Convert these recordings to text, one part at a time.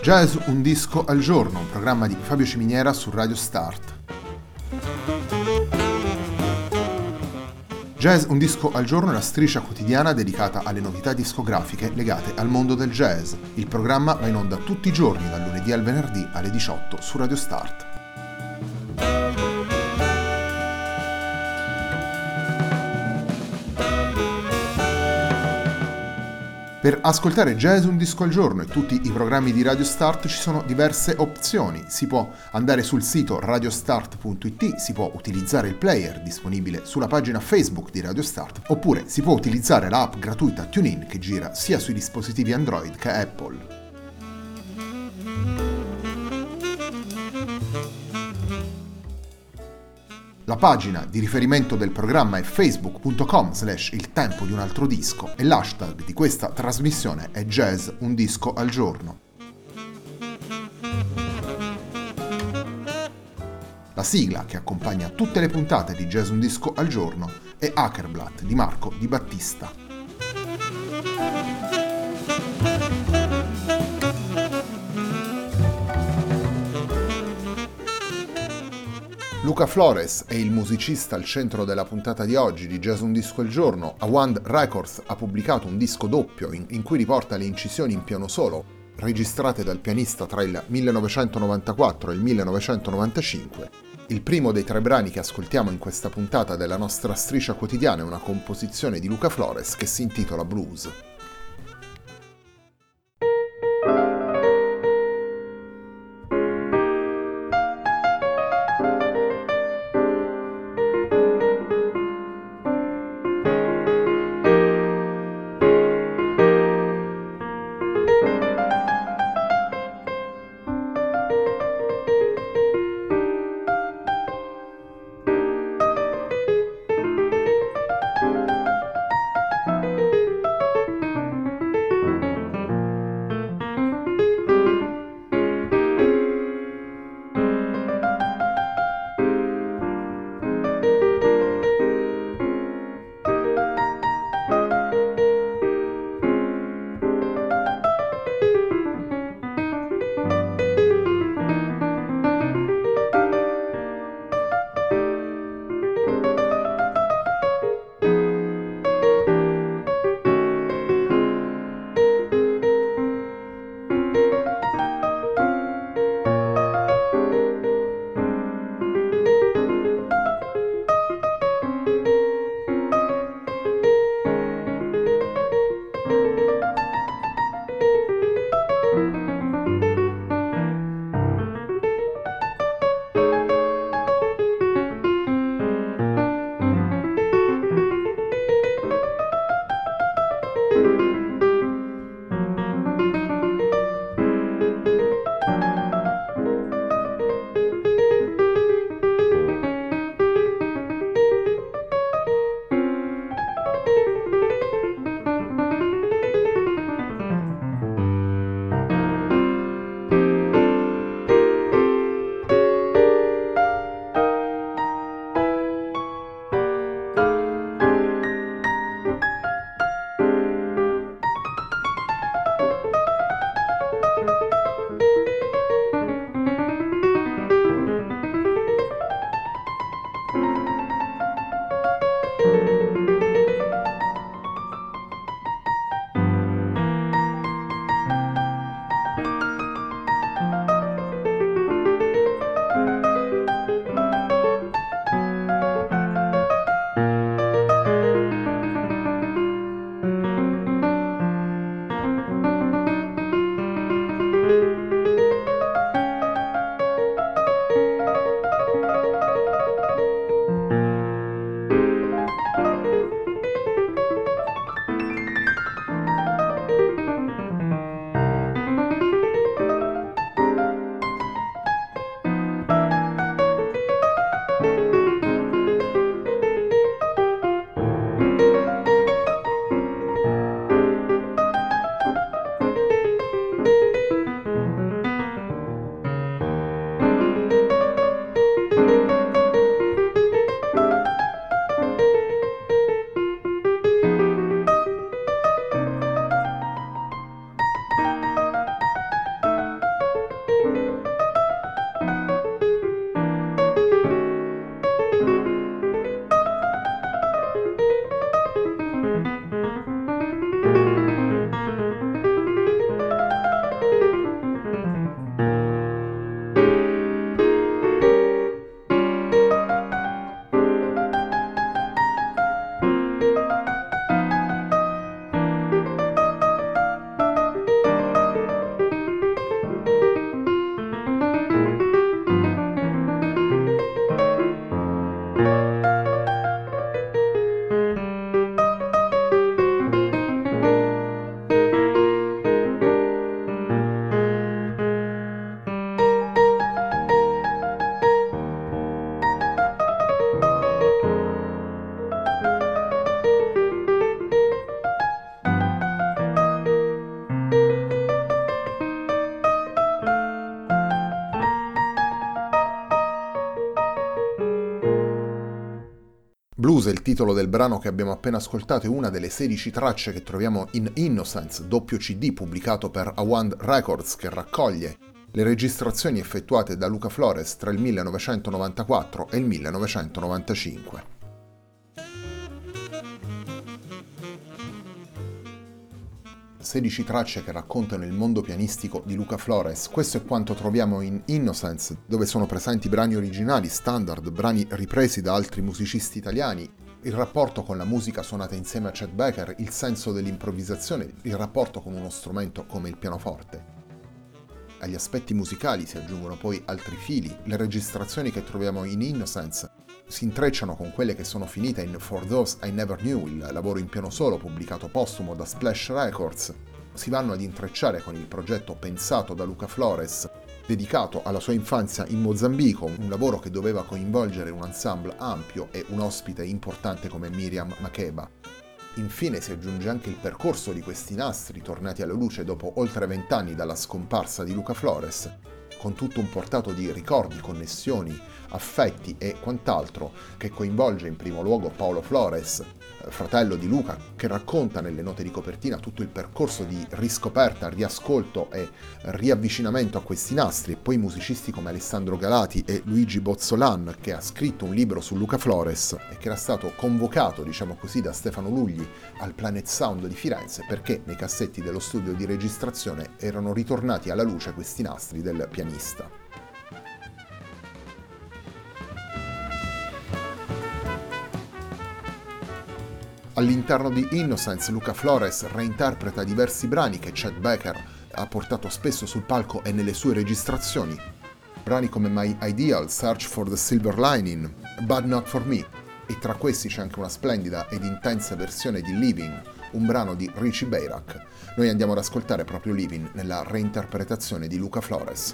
Jazz un disco al giorno, un programma di Fabio Ciminiera su Radio Start. Jazz un disco al giorno è la striscia quotidiana dedicata alle novità discografiche legate al mondo del jazz. Il programma va in onda tutti i giorni, dal lunedì al venerdì alle 18 su Radio Start. Per ascoltare Jazz un disco al giorno e tutti i programmi di Radio Start ci sono diverse opzioni. Si può andare sul sito radiostart.it, si può utilizzare il player disponibile sulla pagina Facebook di Radio Start, oppure si può utilizzare l'app gratuita TuneIn che gira sia sui dispositivi Android che Apple. La pagina di riferimento del programma è facebook.com/il tempo di un altro disco e l'hashtag di questa trasmissione è Jazz un disco al giorno. La sigla che accompagna tutte le puntate di Jazz un disco al giorno è Akerblatt di Marco Di Battista. Luca Flores è il musicista al centro della puntata di oggi di Jazz un disco al giorno. Awand Records ha pubblicato un disco doppio in cui riporta le incisioni in piano solo registrate dal pianista tra il 1994 e il 1995. Il primo dei 3 brani che ascoltiamo in questa puntata della nostra striscia quotidiana è una composizione di Luca Flores che si intitola Blues. Blues è il titolo del brano che abbiamo appena ascoltato e una delle 16 tracce che troviamo in Innocence, doppio CD pubblicato per Awand Records, che raccoglie le registrazioni effettuate da Luca Flores tra il 1994 e il 1995. 16 tracce che raccontano il mondo pianistico di Luca Flores. Questo è quanto troviamo in Innocence, dove sono presenti brani originali, standard, brani ripresi da altri musicisti italiani, il rapporto con la musica suonata insieme a Chet Baker, il senso dell'improvvisazione, il rapporto con uno strumento come il pianoforte. Agli aspetti musicali si aggiungono poi altri fili. Le registrazioni che troviamo in Innocence si intrecciano con quelle che sono finite in For Those I Never Knew, il lavoro in piano solo pubblicato postumo da Splash Records. Si vanno ad intrecciare con il progetto pensato da Luca Flores, dedicato alla sua infanzia in Mozambico, un lavoro che doveva coinvolgere un ensemble ampio e un ospite importante come Miriam Makeba. Infine si aggiunge anche il percorso di questi nastri tornati alla luce dopo oltre 20 anni dalla scomparsa di Luca Flores, con tutto un portato di ricordi, connessioni, affetti e quant'altro che coinvolge in primo luogo Paolo Flores, fratello di Luca, che racconta nelle note di copertina tutto il percorso di riscoperta, riascolto e riavvicinamento a questi nastri, e poi musicisti come Alessandro Galati e Luigi Bozzolan, che ha scritto un libro su Luca Flores e che era stato convocato, diciamo così, da Stefano Lugli al Planet Sound di Firenze perché nei cassetti dello studio di registrazione erano ritornati alla luce questi nastri del pianista. All'interno di Innocence, Luca Flores reinterpreta diversi brani che Chet Baker ha portato spesso sul palco e nelle sue registrazioni. Brani come My Ideal, Search for the Silver Lining, But Not For Me, e tra questi c'è anche una splendida ed intensa versione di Living, un brano di Richie Bayrak. Noi andiamo ad ascoltare proprio Living nella reinterpretazione di Luca Flores.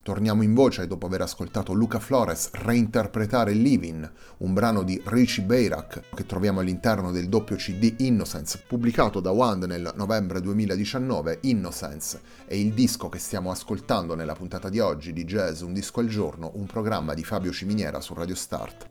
Torniamo in voce dopo aver ascoltato Luca Flores reinterpretare Livin', un brano di Richie Beirach che troviamo all'interno del doppio CD Innocence, pubblicato da Wand nel novembre 2019. Innocence è il disco che stiamo ascoltando nella puntata di oggi di Jazz Un Disco al Giorno, un programma di Fabio Ciminiera su Radio Start.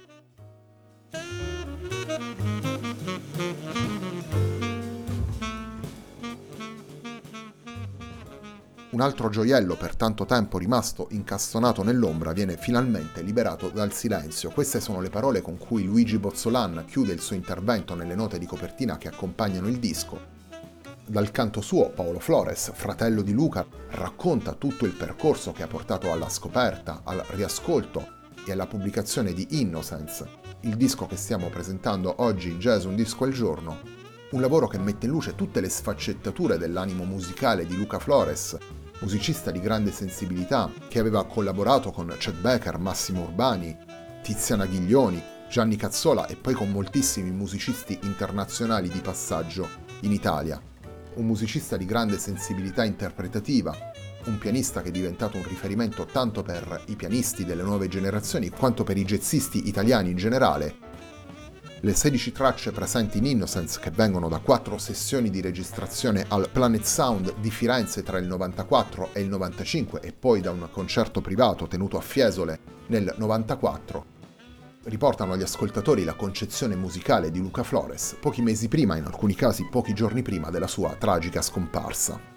Un altro gioiello per tanto tempo rimasto incastonato nell'ombra viene finalmente liberato dal silenzio. Queste sono le parole con cui Luigi Bozzolan chiude il suo intervento nelle note di copertina che accompagnano il disco. Dal canto suo, Paolo Flores, fratello di Luca, racconta tutto il percorso che ha portato alla scoperta, al riascolto e alla pubblicazione di Innocence, il disco che stiamo presentando oggi in Jazz Un Disco al Giorno. Un lavoro che mette in luce tutte le sfaccettature dell'animo musicale di Luca Flores, musicista di grande sensibilità, che aveva collaborato con Chet Baker, Massimo Urbani, Tiziana Ghiglioni, Gianni Cazzola e poi con moltissimi musicisti internazionali di passaggio in Italia. Un musicista di grande sensibilità interpretativa, un pianista che è diventato un riferimento tanto per i pianisti delle nuove generazioni quanto per i jazzisti italiani in generale. Le 16 tracce presenti in Innocence, che vengono da 4 sessioni di registrazione al Planet Sound di Firenze tra il 94 e il 95 e poi da un concerto privato tenuto a Fiesole nel 94, riportano agli ascoltatori la concezione musicale di Luca Flores, pochi mesi prima, in alcuni casi pochi giorni prima della sua tragica scomparsa.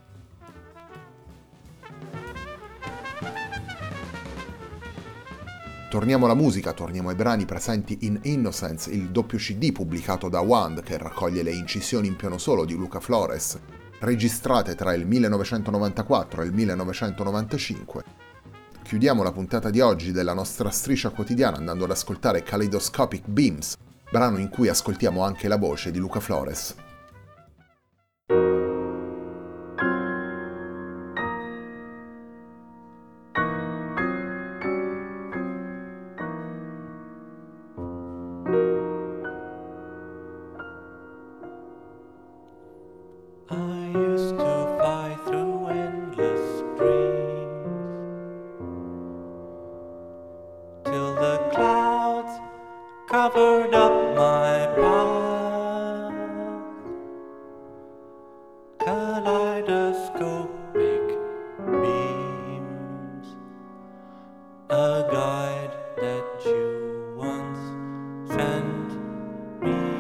Torniamo alla musica, torniamo ai brani presenti in Innocence, il doppio CD pubblicato da Wand che raccoglie le incisioni in piano solo di Luca Flores, registrate tra il 1994 e il 1995. Chiudiamo la puntata di oggi della nostra striscia quotidiana andando ad ascoltare Kaleidoscopic Beams, brano in cui ascoltiamo anche la voce di Luca Flores. Covered up my path, kaleidoscopic beams, a guide that you once sent me.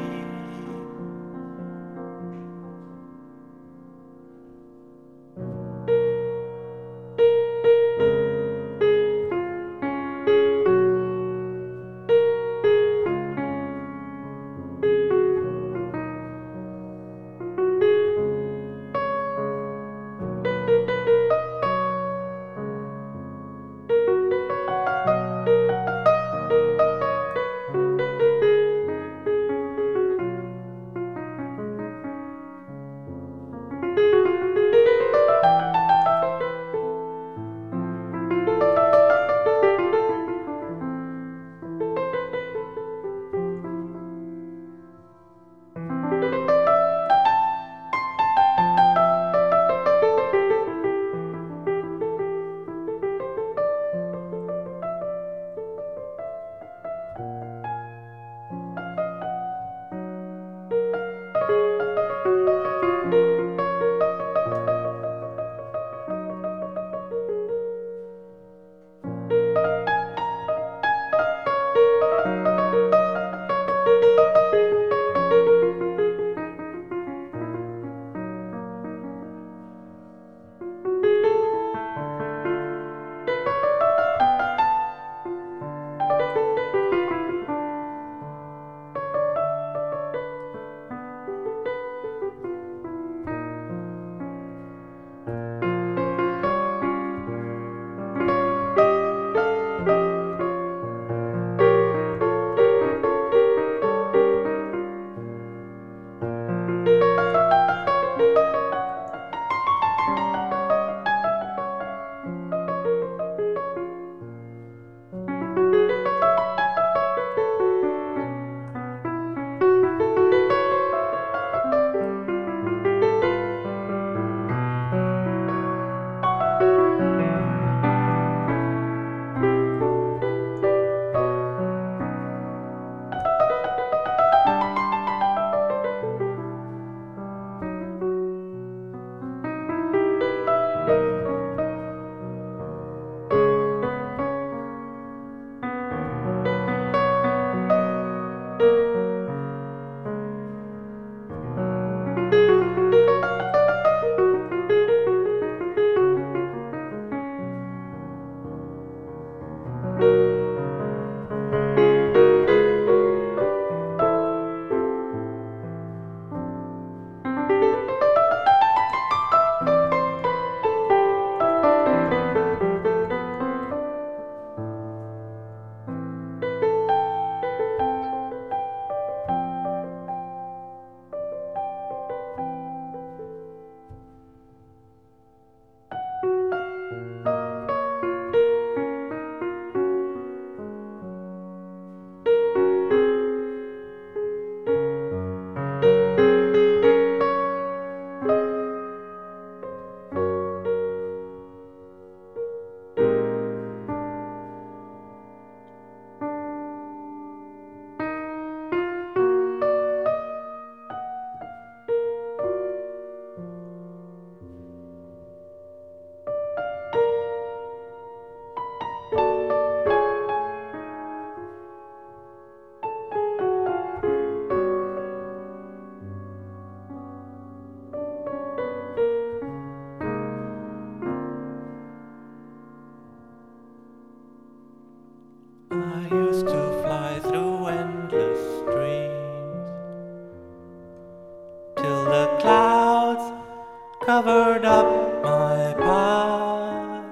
covered up my path.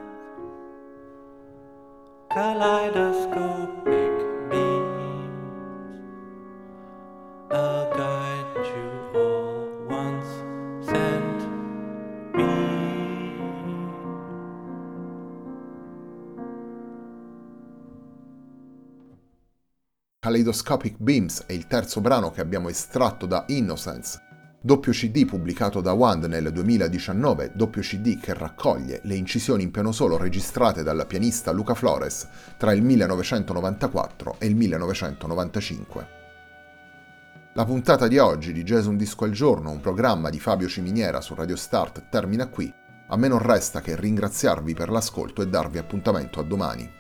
Kaleidoscopic beams, a guide you all once sent me. Kaleidoscopic Beams è il terzo brano che abbiamo estratto da Innocence, doppio CD pubblicato da Wand nel 2019, doppio CD che raccoglie le incisioni in piano solo registrate dal pianista Luca Flores tra il 1994 e il 1995. La puntata di oggi di Jazz Un Disco al Giorno, un programma di Fabio Ciminiera su Radio Start, termina qui. A me non resta che ringraziarvi per l'ascolto e darvi appuntamento a domani.